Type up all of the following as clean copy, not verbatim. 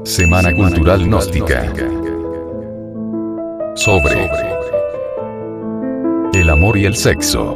Semana Cultural Gnóstica. Sobre el amor y el sexo.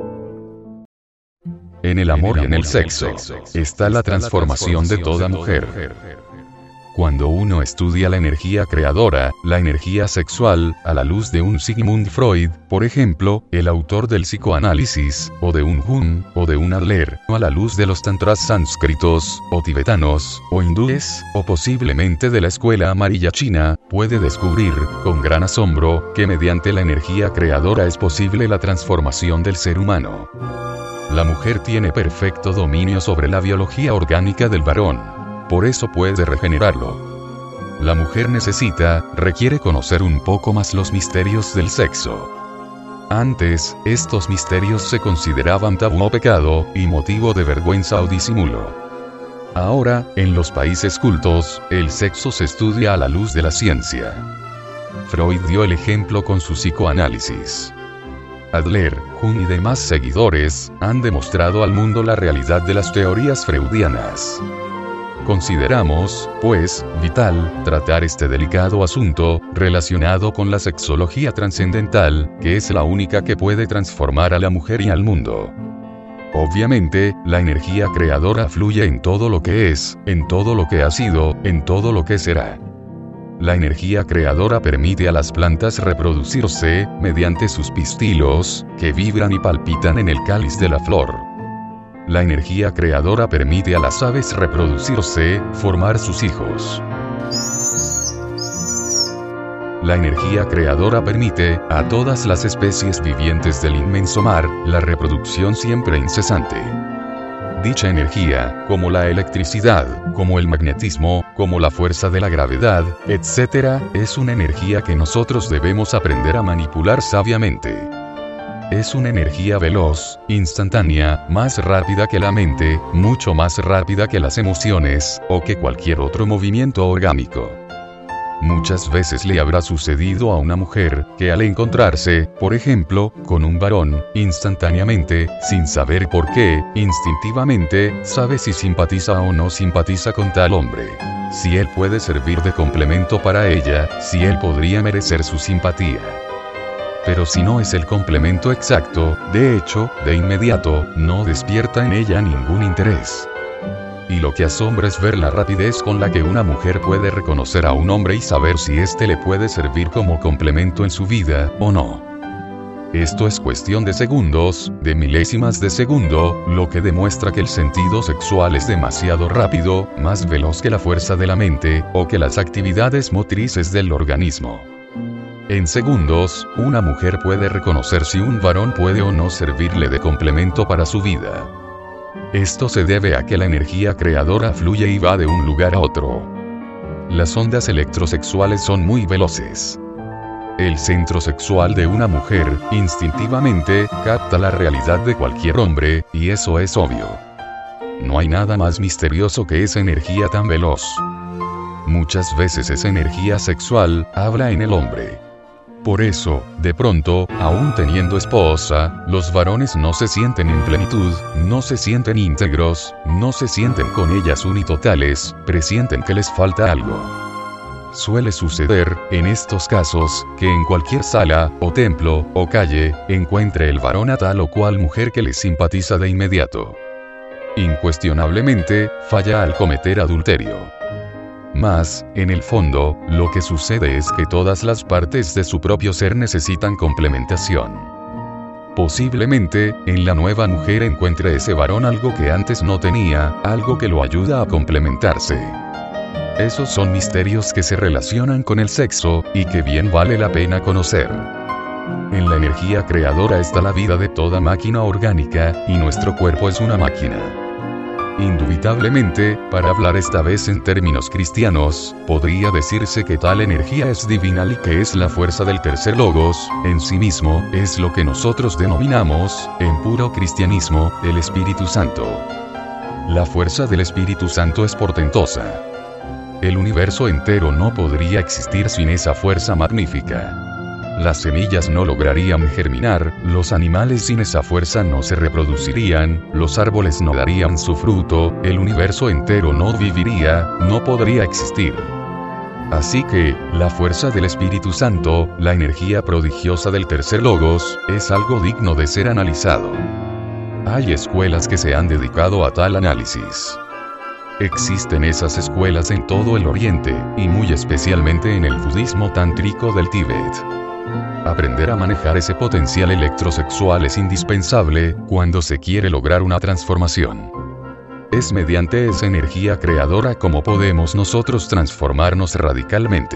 En el amor y en el sexo está la transformación de toda mujer. Cuando uno estudia la energía creadora, la energía sexual, a la luz de un Sigmund Freud, por ejemplo, el autor del psicoanálisis, o de un Jung, o de un Adler, o a la luz de los tantras sánscritos, o tibetanos, o hindúes, o posiblemente de la escuela amarilla china, puede descubrir, con gran asombro, que mediante la energía creadora es posible la transformación del ser humano. La mujer tiene perfecto dominio sobre la biología orgánica del varón. Por eso puede regenerarlo. La mujer requiere conocer un poco más los misterios del sexo. Antes, estos misterios se consideraban tabú o pecado, y motivo de vergüenza o disimulo. Ahora, en los países cultos, el sexo se estudia a la luz de la ciencia. Freud dio el ejemplo con su psicoanálisis. Adler, Jung y demás seguidores, han demostrado al mundo la realidad de las teorías freudianas. Consideramos, pues, vital, tratar este delicado asunto, relacionado con la sexología trascendental, que es la única que puede transformar a la mujer y al mundo. Obviamente, la energía creadora fluye en todo lo que es, en todo lo que ha sido, en todo lo que será. La energía creadora permite a las plantas reproducirse, mediante sus pistilos, que vibran y palpitan en el cáliz de la flor. La energía creadora permite a las aves reproducirse, formar sus hijos. La energía creadora permite, a todas las especies vivientes del inmenso mar, la reproducción siempre incesante. Dicha energía, como la electricidad, como el magnetismo, como la fuerza de la gravedad, etc., es una energía que nosotros debemos aprender a manipular sabiamente. Es una energía veloz, instantánea, más rápida que la mente, mucho más rápida que las emociones, o que cualquier otro movimiento orgánico. Muchas veces le habrá sucedido a una mujer, que al encontrarse, por ejemplo, con un varón, instantáneamente, sin saber por qué, instintivamente, sabe si simpatiza o no simpatiza con tal hombre. Si él puede servir de complemento para ella, si él podría merecer su simpatía. Pero si no es el complemento exacto, de hecho, de inmediato, no despierta en ella ningún interés. Y lo que asombra es ver la rapidez con la que una mujer puede reconocer a un hombre y saber si éste le puede servir como complemento en su vida, o no. Esto es cuestión de segundos, de milésimas de segundo, lo que demuestra que el sentido sexual es demasiado rápido, más veloz que la fuerza de la mente, o que las actividades motrices del organismo. En segundos, una mujer puede reconocer si un varón puede o no servirle de complemento para su vida. Esto se debe a que la energía creadora fluye y va de un lugar a otro. Las ondas electrosexuales son muy veloces. El centro sexual de una mujer, instintivamente, capta la realidad de cualquier hombre, y eso es obvio. No hay nada más misterioso que esa energía tan veloz. Muchas veces esa energía sexual habla en el hombre. Por eso, de pronto, aún teniendo esposa, los varones no se sienten en plenitud, no se sienten íntegros, no se sienten con ellas unitotales, presienten que les falta algo. Suele suceder, en estos casos, que en cualquier sala, o templo, o calle, encuentre el varón a tal o cual mujer que le simpatiza de inmediato. Incuestionablemente, falla al cometer adulterio. Mas, en el fondo, lo que sucede es que todas las partes de su propio ser necesitan complementación. Posiblemente, en la nueva mujer encuentre ese varón algo que antes no tenía, algo que lo ayuda a complementarse. Esos son misterios que se relacionan con el sexo, y que bien vale la pena conocer. En la energía creadora está la vida de toda máquina orgánica, y nuestro cuerpo es una máquina. Indubitablemente, para hablar esta vez en términos cristianos, podría decirse que tal energía es divinal y que es la fuerza del tercer logos, en sí mismo, es lo que nosotros denominamos, en puro cristianismo, el Espíritu Santo. La fuerza del Espíritu Santo es portentosa. El universo entero no podría existir sin esa fuerza magnífica. Las semillas no lograrían germinar, los animales sin esa fuerza no se reproducirían, los árboles no darían su fruto, el universo entero no viviría, no podría existir. Así que, la fuerza del Espíritu Santo, la energía prodigiosa del tercer logos, es algo digno de ser analizado. Hay escuelas que se han dedicado a tal análisis. Existen esas escuelas en todo el Oriente, y muy especialmente en el budismo tántrico del Tíbet. Aprender a manejar ese potencial electrosexual es indispensable, cuando se quiere lograr una transformación. Es mediante esa energía creadora como podemos nosotros transformarnos radicalmente.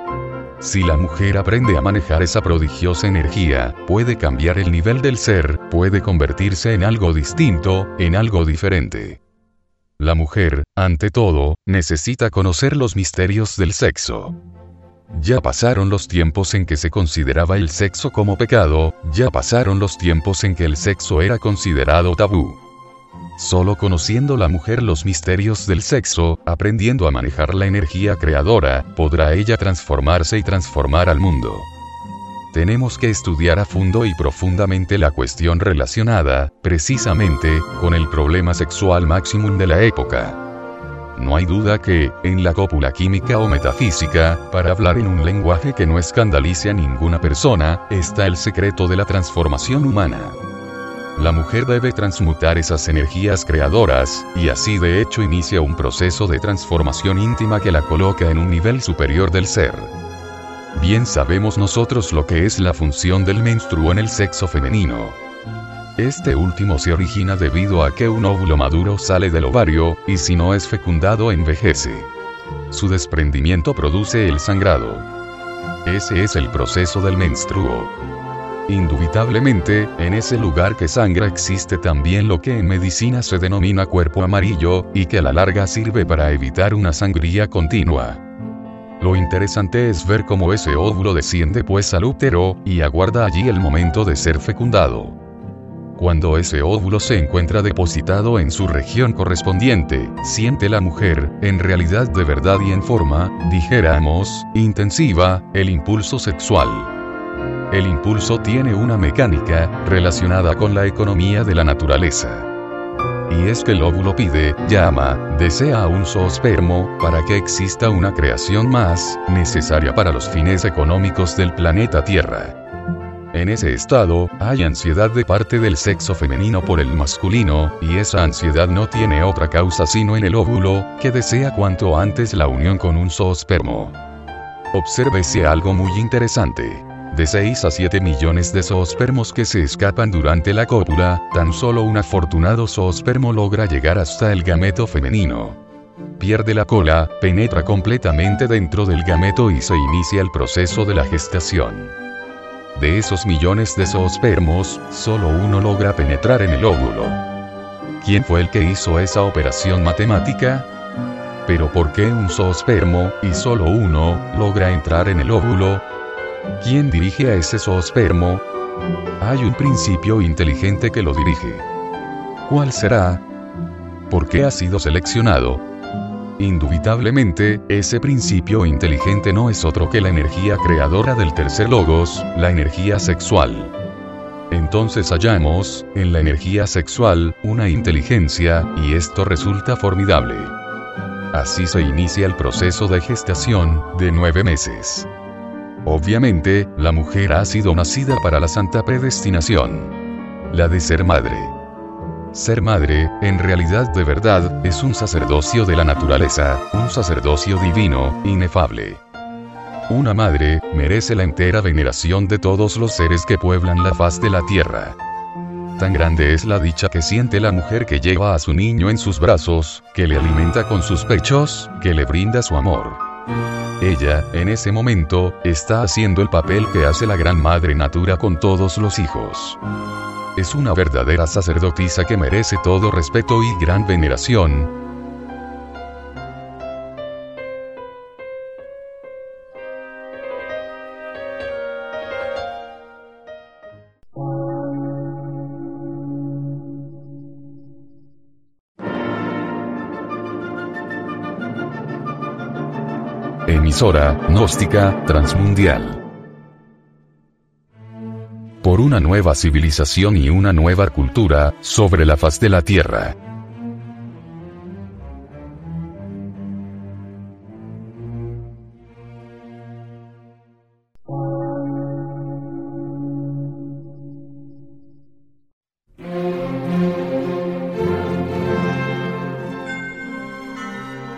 Si la mujer aprende a manejar esa prodigiosa energía, puede cambiar el nivel del ser, puede convertirse en algo distinto, en algo diferente. La mujer, ante todo, necesita conocer los misterios del sexo. Ya pasaron los tiempos en que se consideraba el sexo como pecado, ya pasaron los tiempos en que el sexo era considerado tabú. Solo conociendo la mujer los misterios del sexo, aprendiendo a manejar la energía creadora, podrá ella transformarse y transformar al mundo. Tenemos que estudiar a fondo y profundamente la cuestión relacionada, precisamente, con el problema sexual máximo de la época. No hay duda que, en la cópula química o metafísica, para hablar en un lenguaje que no escandalice a ninguna persona, está el secreto de la transformación humana. La mujer debe transmutar esas energías creadoras, y así de hecho inicia un proceso de transformación íntima que la coloca en un nivel superior del ser. Bien sabemos nosotros lo que es la función del menstruo en el sexo femenino. Este último se origina debido a que un óvulo maduro sale del ovario, y si no es fecundado envejece. Su desprendimiento produce el sangrado. Ese es el proceso del menstruo. Indubitablemente, en ese lugar que sangra existe también lo que en medicina se denomina cuerpo amarillo, y que a la larga sirve para evitar una sangría continua. Lo interesante es ver cómo ese óvulo desciende pues al útero, y aguarda allí el momento de ser fecundado. Cuando ese óvulo se encuentra depositado en su región correspondiente, siente la mujer, en realidad de verdad y en forma, dijéramos, intensiva, el impulso sexual. El impulso tiene una mecánica, relacionada con la economía de la naturaleza. Y es que el óvulo pide, llama, desea a un zoospermo, para que exista una creación más, necesaria para los fines económicos del planeta Tierra. En ese estado, hay ansiedad de parte del sexo femenino por el masculino, y esa ansiedad no tiene otra causa sino en el óvulo, que desea cuanto antes la unión con un zoospermo. Obsérvese algo muy interesante. De 6 a 7 millones de zoospermos que se escapan durante la cópula, tan solo un afortunado zoospermo logra llegar hasta el gameto femenino. Pierde la cola, penetra completamente dentro del gameto y se inicia el proceso de la gestación. De esos millones de zoospermos, solo uno logra penetrar en el óvulo. ¿Quién fue el que hizo esa operación matemática? ¿Pero por qué un zoospermo, y solo uno, logra entrar en el óvulo? ¿Quién dirige a ese zoospermo? Hay un principio inteligente que lo dirige. ¿Cuál será? ¿Por qué ha sido seleccionado? Indubitablemente, ese principio inteligente no es otro que la energía creadora del tercer logos, la energía sexual. Entonces hallamos, en la energía sexual, una inteligencia, y esto resulta formidable. Así se inicia el proceso de gestación, de 9 meses. Obviamente, la mujer ha sido nacida para la santa predestinación. La de ser madre. Ser madre, en realidad de verdad, es un sacerdocio de la naturaleza, un sacerdocio divino, inefable. Una madre, merece la entera veneración de todos los seres que pueblan la faz de la tierra. Tan grande es la dicha que siente la mujer que lleva a su niño en sus brazos, que le alimenta con sus pechos, que le brinda su amor. Ella, en ese momento, está haciendo el papel que hace la gran madre natura con todos los hijos. Es una verdadera sacerdotisa que merece todo respeto y gran veneración. Emisora gnóstica transmundial. Por una nueva civilización y una nueva cultura sobre la faz de la Tierra.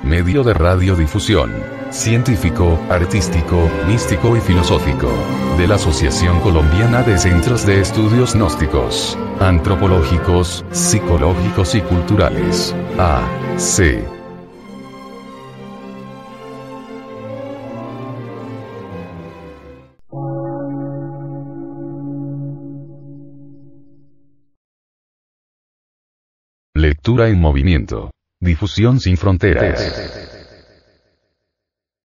medio de radiodifusión, científico, artístico, místico y filosófico, de la Asociación Colombiana de Centros de Estudios Gnósticos, Antropológicos, Psicológicos y Culturales, AC. Lectura en movimiento. Difusión sin fronteras.